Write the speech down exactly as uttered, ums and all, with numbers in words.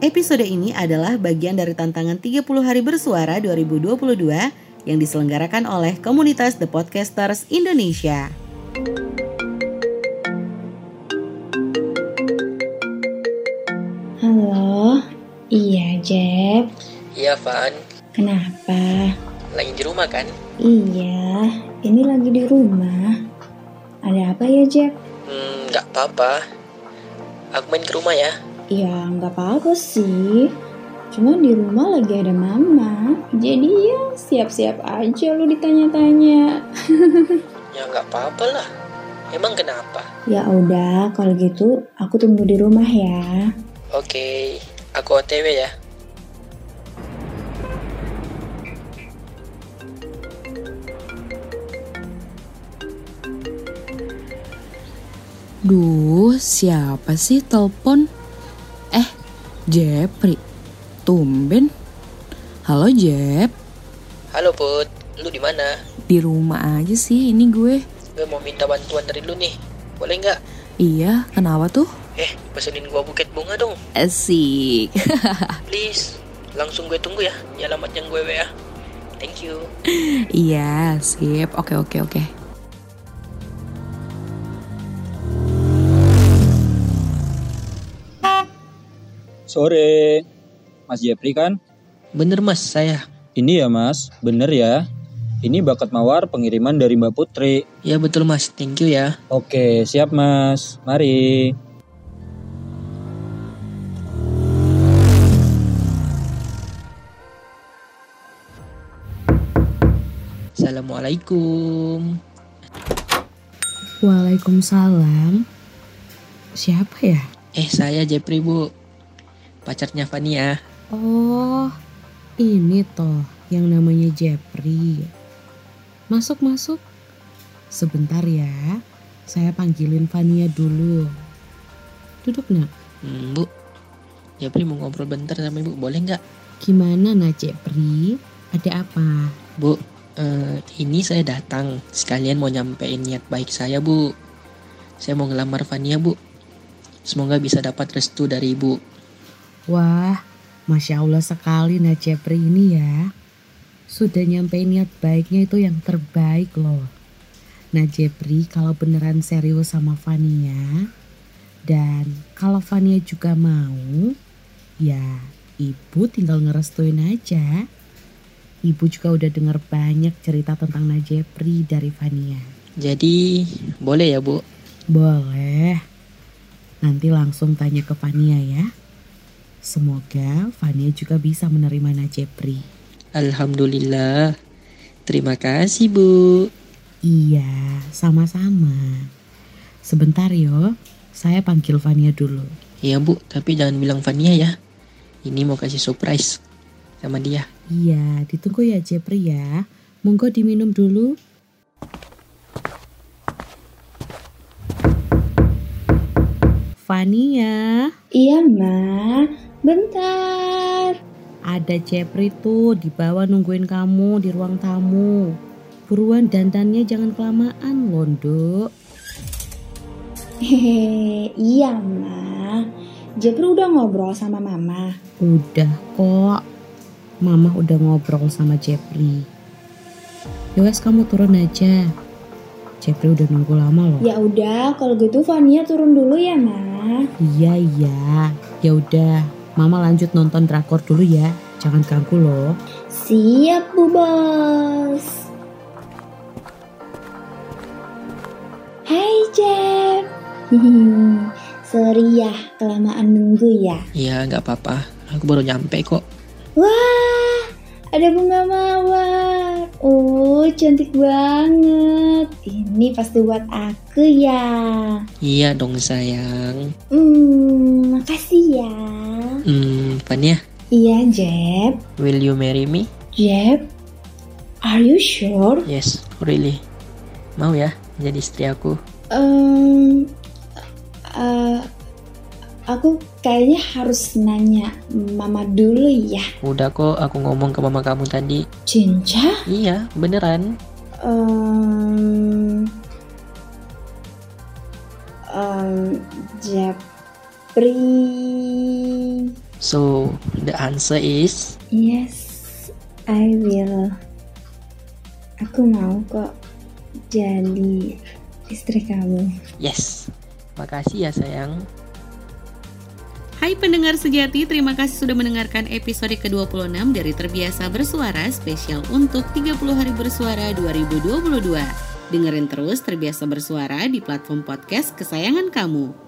Episode ini adalah bagian dari tantangan tiga puluh hari bersuara dua ribu dua puluh dua yang diselenggarakan oleh komunitas The Podcasters Indonesia. Halo, iya Jeb. Iya Van. Kenapa? Lagi di rumah kan? Iya, ini lagi di rumah. Ada apa ya Jeb? Hmm, gak apa-apa. Aku main ke rumah ya. Ya nggak apa-apa sih. Cuma di rumah lagi ada mama. Jadi ya siap-siap aja lu ditanya-tanya. Ya gak apa-apa lah. Emang kenapa? Ya udah, kalau gitu aku tunggu di rumah ya. Oke, aku O T W ya. Duh, siapa sih telepon? Eh, Jepri. Tumben. Halo, Jep. Halo Put, lu di mana? Di rumah aja sih ini gue. Gue mau minta bantuan dari lu nih. Boleh nggak? Iya, kenapa tuh? Eh, pesenin gua buket bunga dong. Asik. Please, langsung gue tunggu ya. Di alamat yang gue W A. Thank you. Iya, sip. Oke, oke, oke. Sore, Mas Jepri kan? Bener mas, saya. Ini ya Mas, bener ya. Ini bakat mawar pengiriman dari Mbak Putri. Ya betul mas, thank you ya. Oke, siap Mas. Mari. Assalamualaikum. Waalaikumsalam. Siapa ya? Eh, saya Jepri bu. Pacarnya Fania. Oh, ini toh yang namanya Jepri. Masuk, masuk. Sebentar ya. Saya panggilin Fania dulu. Duduk nak. Hmm, bu, Jepri mau ngobrol bentar sama ibu, boleh nggak? Gimana nak Jepri? Ada apa? Bu, eh, ini saya datang sekalian mau nyampein niat baik saya bu. Saya mau ngelamar Fania bu. Semoga bisa dapat restu dari ibu. Wah, Masya Allah sekali nak Jepri ini ya. Sudah nyampein niat baiknya itu yang terbaik loh. Nah Jepri kalau beneran serius sama Fania, dan kalau Fania juga mau, ya ibu tinggal ngerestuin aja. Ibu juga udah dengar banyak cerita tentang Najepri dari Fania. Jadi boleh ya bu? Boleh. Nanti langsung tanya ke Fania ya. Semoga Fania juga bisa menerima Najepri. Alhamdulillah. Terima kasih bu. Iya, sama-sama. Sebentar yo, saya panggil Fania dulu. Iya bu, tapi jangan bilang Fania ya. Ini mau kasih surprise sama dia. Iya, ditunggu ya Jepri ya. Monggo diminum dulu. Fania. Iya ma, bentar. Ada Jepri tuh di bawah nungguin kamu di ruang tamu. Buruan dandannya jangan kelamaan loh, Nduk. Hehehe, iya ma. Jepri udah ngobrol sama mama. Udah kok. Mama udah ngobrol sama Jepri. Yowes kamu turun aja. Jepri udah nunggu lama loh. Ya udah, kalau gitu Fania turun dulu ya ma. Iya iya. Ya udah, Mama lanjut nonton drakor dulu ya. Jangan ganggu loh. Siap bu bos. Hai Jep. Sorry ya, kelamaan nunggu ya. Iya gak apa-apa, aku baru nyampe kok. Wah, ada bunga mawar. Oh, cantik banget. Ini pasti buat aku ya. Iya dong sayang. Hmm, makasih ya. Hmm, Fania, Iya, Jeb. will you marry me? Jeb, are you sure? Yes, really. Mau ya jadi istri aku? Um, uh, aku kayaknya harus nanya mama dulu ya. Udah kok, aku ngomong ke mama kamu tadi. Cinca? Iya, beneran. Um, um, Jepri. So, the answer is Yes, I will. Aku mau kok jadi istri kamu. yes. Makasih ya sayang. Hai pendengar sejati, terima kasih sudah mendengarkan episode ke dua puluh enam dari Terbiasa Bersuara spesial untuk tiga puluh hari bersuara dua ribu dua puluh dua. Dengerin terus Terbiasa Bersuara di platform podcast kesayangan kamu.